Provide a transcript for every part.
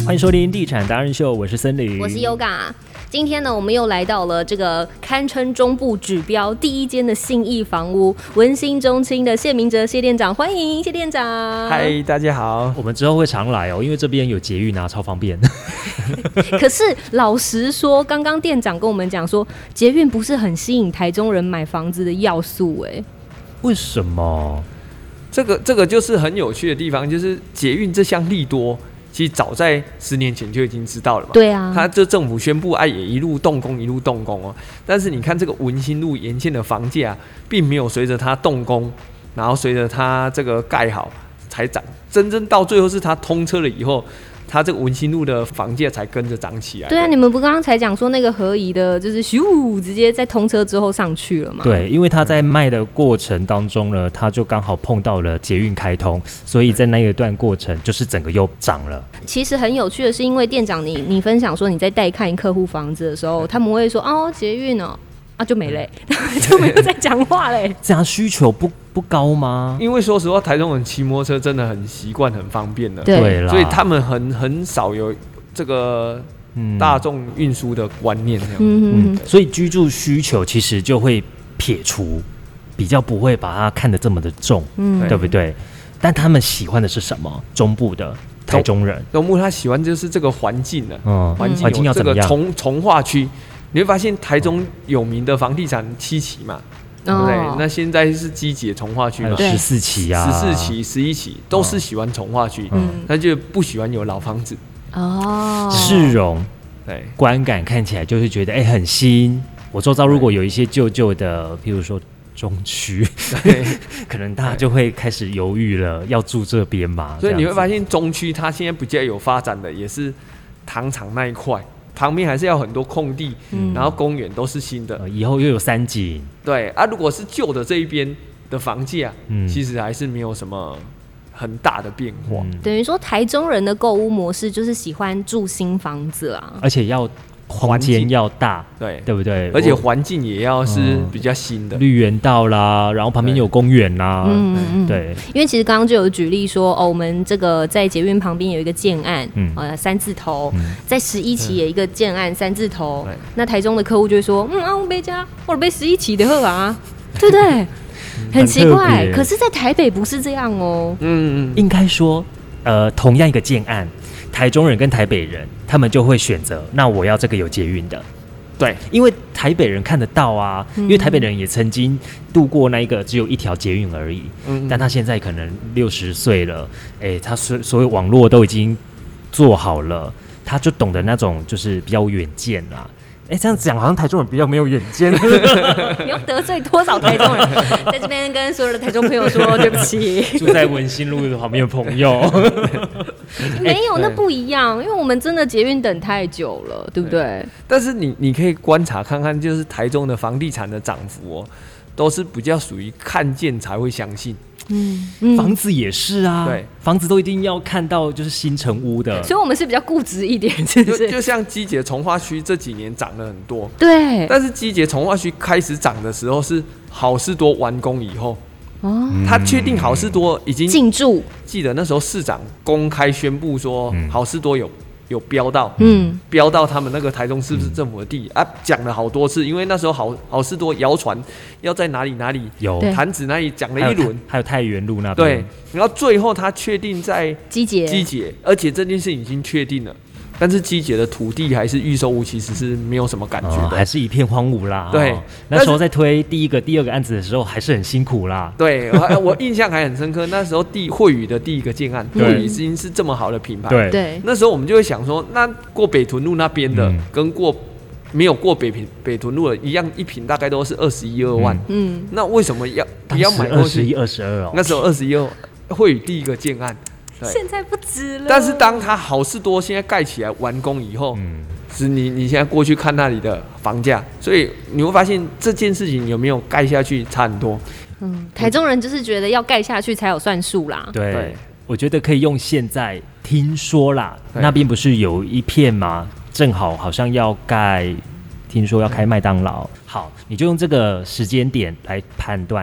欢迎收听地产达人秀，我是森林， 我是 Yoga。今天呢，我们又来到了这个堪称中部指标第一间的信义房屋，文心中清的谢明哲谢店长，欢迎谢店长。 嗨，大家好。 我们之后会常来哦，因为这边有捷运啊，超方便。 可是老实说，刚刚店长跟我们讲说，捷运不是很吸引台中人买房子的要素，哎， 为什么？ 这个就是很有趣的地方，就是捷运这项利多。其实早在10年前就已经知道了嘛。 对啊， 他这政府宣布，也一路动工，一路动工哦。但是你看这个文心路沿线的房价，并没有随着它动工，然后随着它这个盖好才涨，真正到最后是它通车了以后，它这个文心路的房价才跟着涨起来。 对啊，你们不刚刚才讲说那个合宜的，就是咻直接在通车之后上去了嘛？ 对，因为它在卖的过程当中呢，它就刚好碰到了捷运开通，所以在那一段过程就是整个又涨了。 其实很有趣的是，因为店长你分享说你在带看客户房子的时候，他们会说哦捷运哦啊就没嘞，就没有再讲话嘞。 这样需求不高吗？ 因为说实话，台中人骑摩托车真的很习惯、很方便的， 对啦， 所以他们很少有这个大众运输的观念这样。 所以居住需求其实就会撇除，比较不会把它看得这么的重，对不对？但他们喜欢的是什么？中部的台中人， 中部他喜欢就是这个环境的，环境要怎么样？ 从化区，你会发现台中有名的房地产7期嘛。对不对？那现在是基捷从化区嘛 ，14期啊 ，14期、11期都是喜欢从化区，他就不喜欢有老房子哦， 市容， 对， 观感看起来就是觉得很新。我周遭如果有一些旧的，譬如说中区，可能大家就会开始犹豫了，要住这边嘛。 所以你会发现中区它现在比较有发展的也是糖厂那一块。旁边还是要很多空地，然后公园都是新的， 以后又有山景。 对啊，如果是旧的这一边的房价，其实还是没有什么很大的变化。 等于说，台中人的购物模式就是喜欢住新房子啊， 而且要空间要大，对不对？ 而且环境也要是比较新的， 绿园道啦，然后旁边有公园啦，对。 因为其实刚刚就有举例说，我们这个在捷运旁边有一个建案，3字头，在11期有一个建案3字头，那台中的客户就会说，我被家，我被11期的好啊，对不对？很奇怪，可是在台北不是这样哦。 应该说，同样一个建案。台中人跟台北人，他们就会选择，那我要这个有捷运的， 对， 因为台北人看得到啊，因为台北人也曾经度过那一个只有一条捷运而已，但他现在可能60岁了，他所有网络都已经做好了，他就懂得那种就是比较有远见啦。这样讲好像台中人比较没有远见。 你要得罪多少台中人？在这边跟所有的台中朋友说对不起。 住在文心路的旁边的朋友， 没有，那不一样，因为我们真的捷运等太久了，对不对？ 但是你可以观察看看，就是台中的房地产的涨幅都是比较属于看见才会相信。 房子也是啊，对，房子都一定要看到就是新成屋的， 所以我们是比较固执一点，是不是？ 就像基捷从化区这几年涨了很多， 对。 但是基捷从化区开始涨的时候是好事多完工以后，他确定好事多已经进驻， 记得那时候市长公开宣布说好事多有标到，标到他们那个台中市政府的地啊，讲了好多次，因为那时候好事多谣传要在哪里有潭子那里讲了一轮， 还有太原路那边， 对，然后最后他确定在基捷，而且这件事已经确定了。但是基捷的土地还是预售屋，其实是没有什么感觉的， 还是一片荒芜啦。 对， 那时候在推第一个、第二个案子的时候，还是很辛苦啦。 对，我印象还很深刻。那时候惠宇的第一个建案，惠宇已经是这么好的品牌。 对， 那时候我们就会想说，那过北屯路那边的，跟没有过北屯路的一样，一坪大概都是21-22万。那为什么要买过去 21、22哦？ 那时候21惠宇第一个建案。 现在不止了。 但是当它好事多现在盖起来完工以后，是你现在过去看那里的房价，所以你会发现这件事情有没有盖下去差很多。 台中人就是觉得要盖下去才有算数啦。 对，我觉得可以用现在听说啦，那边不是有一片吗？正好像要盖，听说要开麦当劳。好，你就用这个时间点来判断。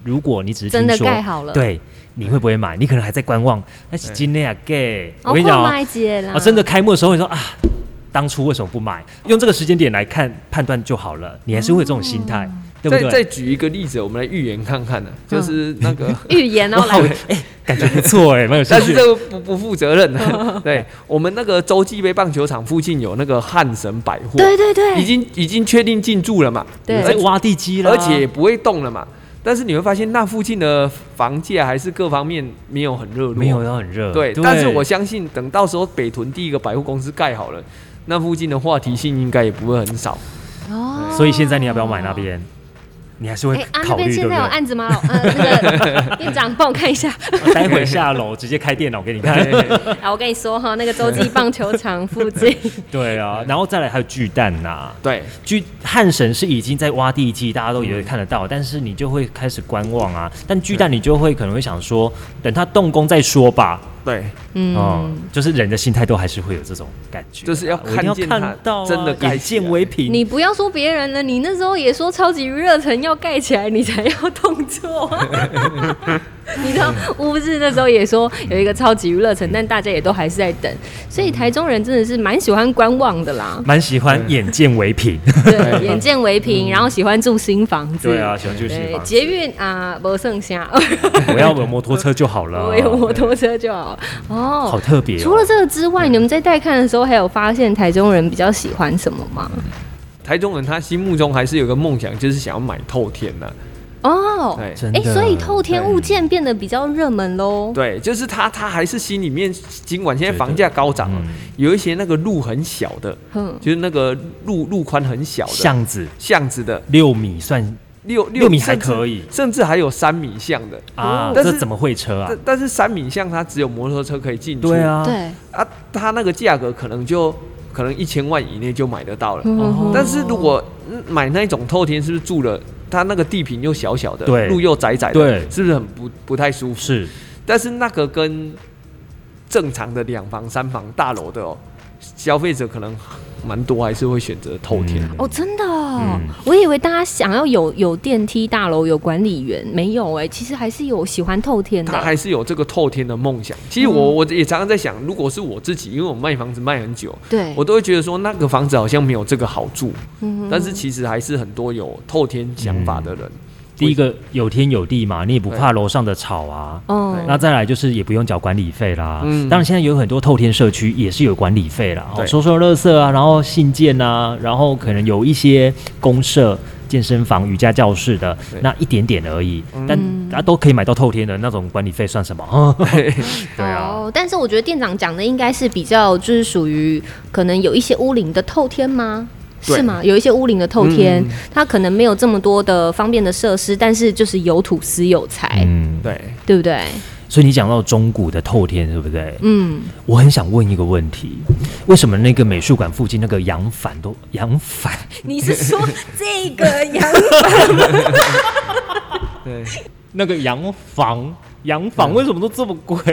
如果你只是真的听说盖好了， 对，你会不会买？你可能还在观望。那是今天啊，给我跟你讲哦，真的开幕的时候，你说啊，当初为什么不买？用这个时间点来看判断就好了，你还是会有这种心态。对不对？ 再举一个例子，我们来预言看看呢，就是那个预言哦，来， 感觉不错蛮有兴趣。 但是这个不负责任的。对，我们那个洲际杯棒球场附近有那个汉神百货， 对， 已经确定进驻了嘛， 对， 在挖地基了， 而且不会动了嘛。但是你会发现，那附近的房价还是各方面没有很热络， 没有到很热。 对，但是我相信，等到时候北屯第一个百货公司盖好了，那附近的话题性应该也不会很少。 哦， 所以现在你要不要买那边？你还是会考虑， 那边现在有案子吗？那个店长帮我看一下。 待会下楼直接开电脑给你看。 我跟你说哈，那个洲际棒球场附近。 对啊，然后再来还有巨蛋呐。 对， 汉神是已经在挖地基，大家都以为看得到，但是你就会开始观望啊。但巨蛋你就会可能会想说，等它动工再说吧。 对， 就是人的心态都还是会有这种感觉， 就是要看见它真的眼见为凭。 你不要说别人了，你那时候也说超级娱乐城要盖起来，你才要动作。你知道乌日那时候也说有一个超级娱乐城，但大家也都还是在等，所以台中人真的是蛮喜欢观望的啦， 蛮喜欢眼见为凭。 对，眼见为凭，然后喜欢住新房子。 对啊，喜欢住新房子。 捷运啊，没剩下。 我要有摩托车就好了。 我有摩托车就好。哦， 好特别。 除了这个之外，你们在带看的时候，还有发现台中人比较喜欢什么吗？ 台中人他心目中还是有个梦想，就是想要买透天的。 哦，所以透天物件变得比较热门喽。 对，就是他还是心里面，尽管现在房价高涨了，有一些那个路很小的，就是那个路宽很小的巷子的 6米算6米还可以， 甚至还有3米巷的啊。但是怎么会车啊？ 但是3米巷它只有摩托车可以进出。 对啊， 对啊，它那个价格可能1000万以内就买得到了。但是如果买那种透天，是不是住了？它那个地坪又小小的，路又窄窄的， 对， 是不是很不太舒服？ 是， 但是那个跟正常的2房3房大楼的消费者可能蛮多还是会选择透天的。 哦，真的我以为大家想要有电梯大楼有管理员，没有其实还是有喜欢透天的， 他还是有这个透天的梦想。其实我也常常在想，如果是我自己，因为我卖房子卖很久， 对我都会觉得说那个房子好像没有这个好住，但是其实还是很多有透天想法的人。 第一个有天有地嘛，你也不怕楼上的吵啊。那再来就是也不用缴管理费啦。当然现在有很多透天社区也是有管理费啦，收垃圾啊，然后信件啊，然后可能有一些公社、健身房、瑜伽教室的那一点点而已，但大家都可以买到透天的那种管理费算什么？对啊。 但是我觉得店长讲的应该是比较就是属于可能有一些屋龄的透天吗？是吗？有一些屋龄的透天，它可能没有这么多的方便的设施，但是就是有土私有财，对不对？ 所以你讲到中古的透天，对不对？我很想问一个问题：为什么那个美术馆附近那个洋房都洋房？ 你是说这个洋房吗？ 对，那个洋房为什么都这么贵？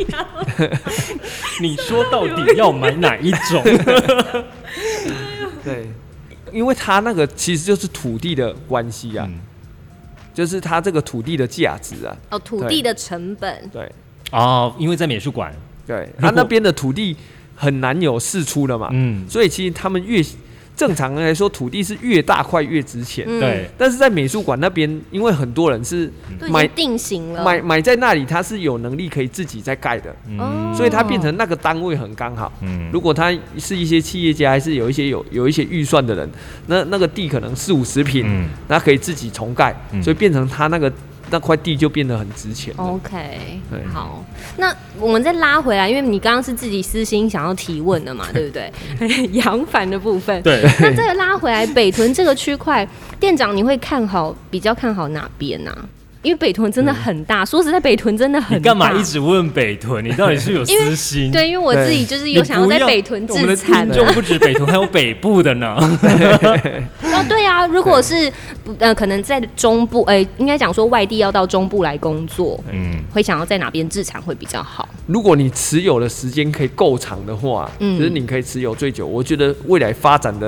你说到底要买哪一种？ 对，因为它那个其实就是土地的关系啊，就是它这个土地的价值啊， 土地的成本， 对， 因为在美术馆， 对，它那边的土地很难有释出的嘛，所以其实他们正常来说，土地是越大块越值钱。 对， 但是在美术馆那边，因为很多人是买定型了， 买在那里，他是有能力可以自己再盖的，所以它变成那个单位很刚好。如果他是一些企业家，还是有一些预算的人，那个地可能40-50坪，那可以自己重盖，所以变成他那块地就变得很值钱。 OK， 好，那我们再拉回来，因为你刚刚是自己私心想要提问的嘛，对不对？扬帆的部分， 对。 那再拉回来，北屯这个区块，店长你会比较看好哪边啊？因为北屯真的很大，说实在，北屯真的很大。 你干嘛一直问北屯？你到底是有私心？ 对，因为我自己就是有想要在北屯自产的。 我们的听众不止北屯，还有北部的呢。 对啊，如果是可能在中部，应该讲说外地要到中部来工作，会想要在哪边自产会比较好？ 如果你持有的时间可以够长的话，就是你可以持有最久。我觉得未来发展的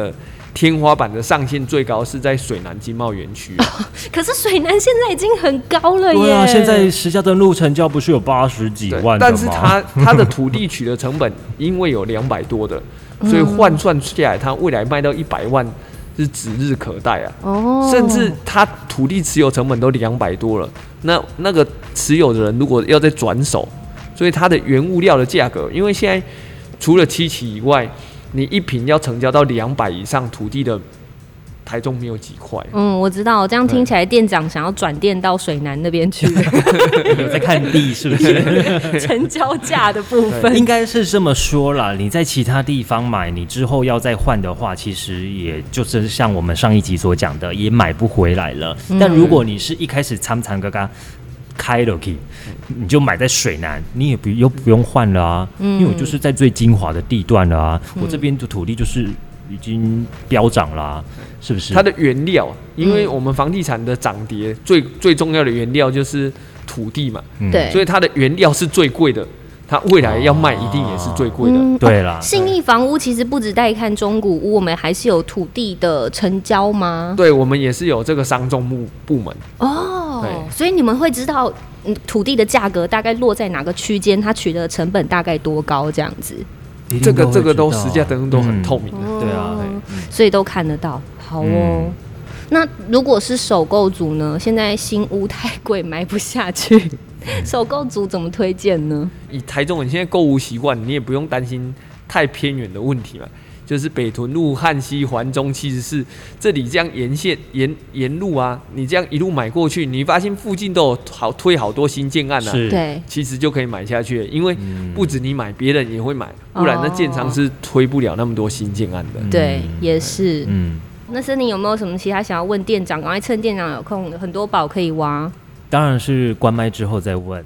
天花板的上限最高是在水南经贸园区。 可是水南现在已经很高了耶。 对啊，现在石家登路成交不是有80几万的吗？ 但是它的土地取得成本因为有200多的，所以换算下来，它未来卖到100万是指日可待啊。甚至它土地持有成本都200多了，那个持有的人如果要再转手，所以它的原物料的价格，因为现在除了7期以外，你一坪要成交到200以上土地的，台中没有几块。 我知道，这样听起来店长想要转店到水南那边去， 有在看地是不是？ 成交价的部分应该是这么说啦。你在其他地方买，你之后要再换的话，其实也就是像我们上一集所讲的，也买不回来了。但如果你是一开始参参嘎嘎开了去，你就买在水南，你也又不用换了啊，因为我就是在最精华的地段了啊，我这边的土地就是已经飙涨啦，是不是？ 它的原料，因为我们房地产的涨跌最重要的原料就是土地嘛， 对， 所以它的原料是最贵的，它未来要卖一定也是最贵的。 对啦， 信义房屋其实不只带看中古屋，我们还是有土地的成交吗？ 对，我们也是有这个商仲部门哦，所以你们会知道土地的价格大概落在哪个区间，它取得成本大概多高这样子。 这个都实价登录都很透明的， 对啊， 所以都看得到。好哦，那如果是首购族呢？现在新屋太贵，买不下去，首购族怎么推荐呢？ 以台中人现在购物习惯，你也不用担心太偏远的问题嘛。就是北屯路、旱溪、环中，其实是这里这样沿路啊，你这样一路买过去，你发现附近都有推好多新建案啊， 对， 其实就可以买下去了，因为不止你买，别人也会买，不然那建商是推不了那么多新建案的。 对，也是。那森林有没有什么其他想要问店长？赶快趁店长有空，很多宝可以挖。 当然是关麦之后再问。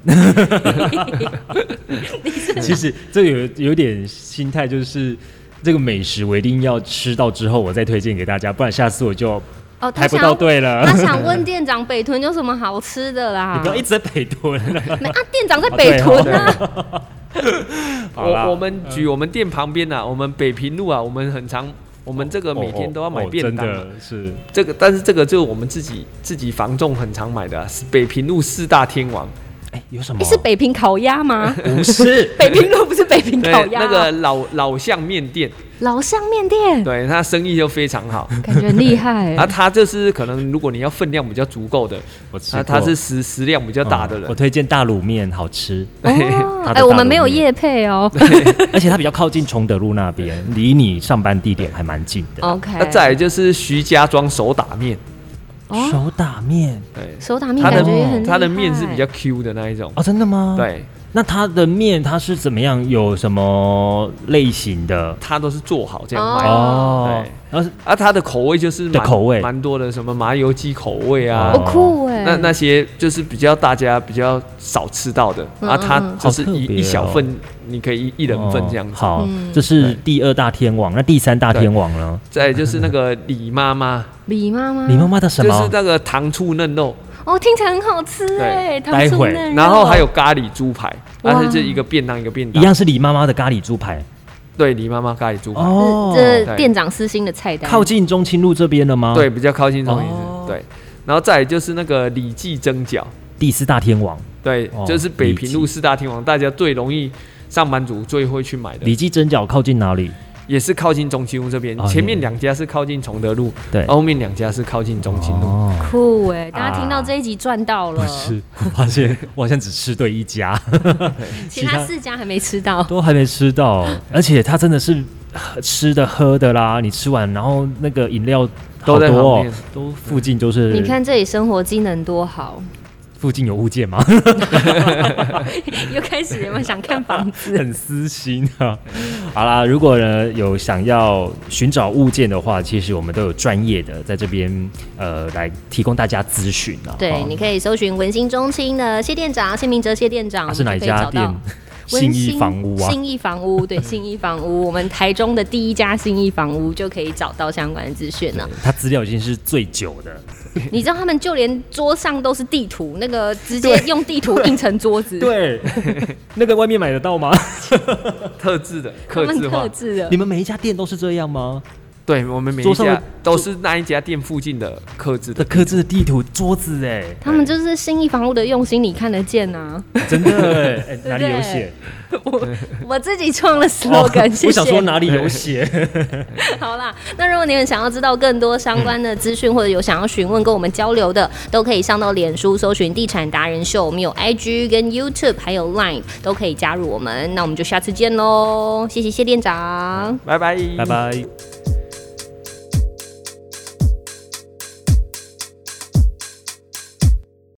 其实这有点心态，就是这个美食我一定要吃到之后，我再推荐给大家，不然下次我就排不到队了。 他想问店长北屯有什么好吃的啦？ 你不要一直在北屯了。 店长在北屯啊。 我们举我们店旁边啊，我们北平路啊，我们很常。我们这个每天都要买便当， 真的是这个，但是这个就是我们自己房仲很常买的啊，是北平路4大天王。 有什么？ 是北平烤鸭吗？ 不是， 北平路不是北平烤鸭， 那个老巷面店。 老巷面店， 对，他生意就非常好， 感觉很厉害。 他就是可能如果你要分量比较足够的，他是食量比较大的人。 我推荐大卤面，好吃。 我们没有业配哦。 而且它比较靠近崇德路那边，离你上班地点还蛮近的。 OK。 那再来就是徐家庄手打面。 手打面， 对， 手打面感觉也很厉害。 它的面是比较 Q 的那一种。 真的吗？ 对。 那它的面它是怎么样？有什么类型的？ 它都是做好这样卖的。对，它的口味就是蛮多的，什么麻油鸡口味啊， 好酷哎。 那些就是大家比较少吃到的，它就是一小份，你可以一人份这样子。 好，这是第2大天王，那第3大天王呢？ 再就是那个李妈妈。 李妈妈的什么？ 就是那个糖醋嫩肉。 听起来很好吃哎！ 待会， 然后还有咖喱猪排，但是这一个便当一个便当， 一样是李妈妈的咖喱猪排。 对，李妈妈咖喱猪排。 这店长私心的菜单。 靠近中清路这边了吗？ 对，比较靠近中清路。对，然后再来就是那个李记蒸饺， 第4大天王。 对，就是北平路4大天王，大家最容易上班族最会去买的。 李记蒸饺靠近哪里？ 也是靠近中清路这边，前面2家是靠近崇德路， 对， 后面2家是靠近中清路。 酷哎！大家听到这一集赚到了。 不是，我发现我好像只吃对1家， 其他4家还没吃到， 都还没吃到。而且它真的是吃的喝的啦，你吃完然后那个饮料好多哦，都附近都是。 你看这里生活机能多好。 附近有物件吗？ 又开始有没有想看房子？ 很私心啊！好啦，如果呢有想要寻找物件的话，其实我们都有专业的在这边来提供大家咨询啊。 对，你可以搜寻文心中清的谢店长、谢明哲谢店长， 是哪一家店？信义房屋啊， 信义房屋，对，信义房屋，我们台中的第1家信义房屋就可以找到相关的资讯了。 它资料已经是最久的。 你知道他们就连桌上都是地图，那个直接用地图印成桌子。 对，那个外面买得到吗？ 特制的， 特制的。 你们每一家店都是这样吗？ 对，我们每一家都是那一家店附近的客制的地图桌子哎， 他们就是信义房屋的用心，你看得见啊， 真的哎，哪里有写？ 我自己创了 slogan，谢谢。 我想说哪里有写？ 好啦，那如果你们想要知道更多相关的资讯，或者有想要询问跟我们交流的，都可以上到脸书搜寻地产达人秀，我们有 IG 跟 YouTube 还有 Line 都可以加入我们。那我们就下次见喽，谢谢谢店长， 拜拜， 拜拜。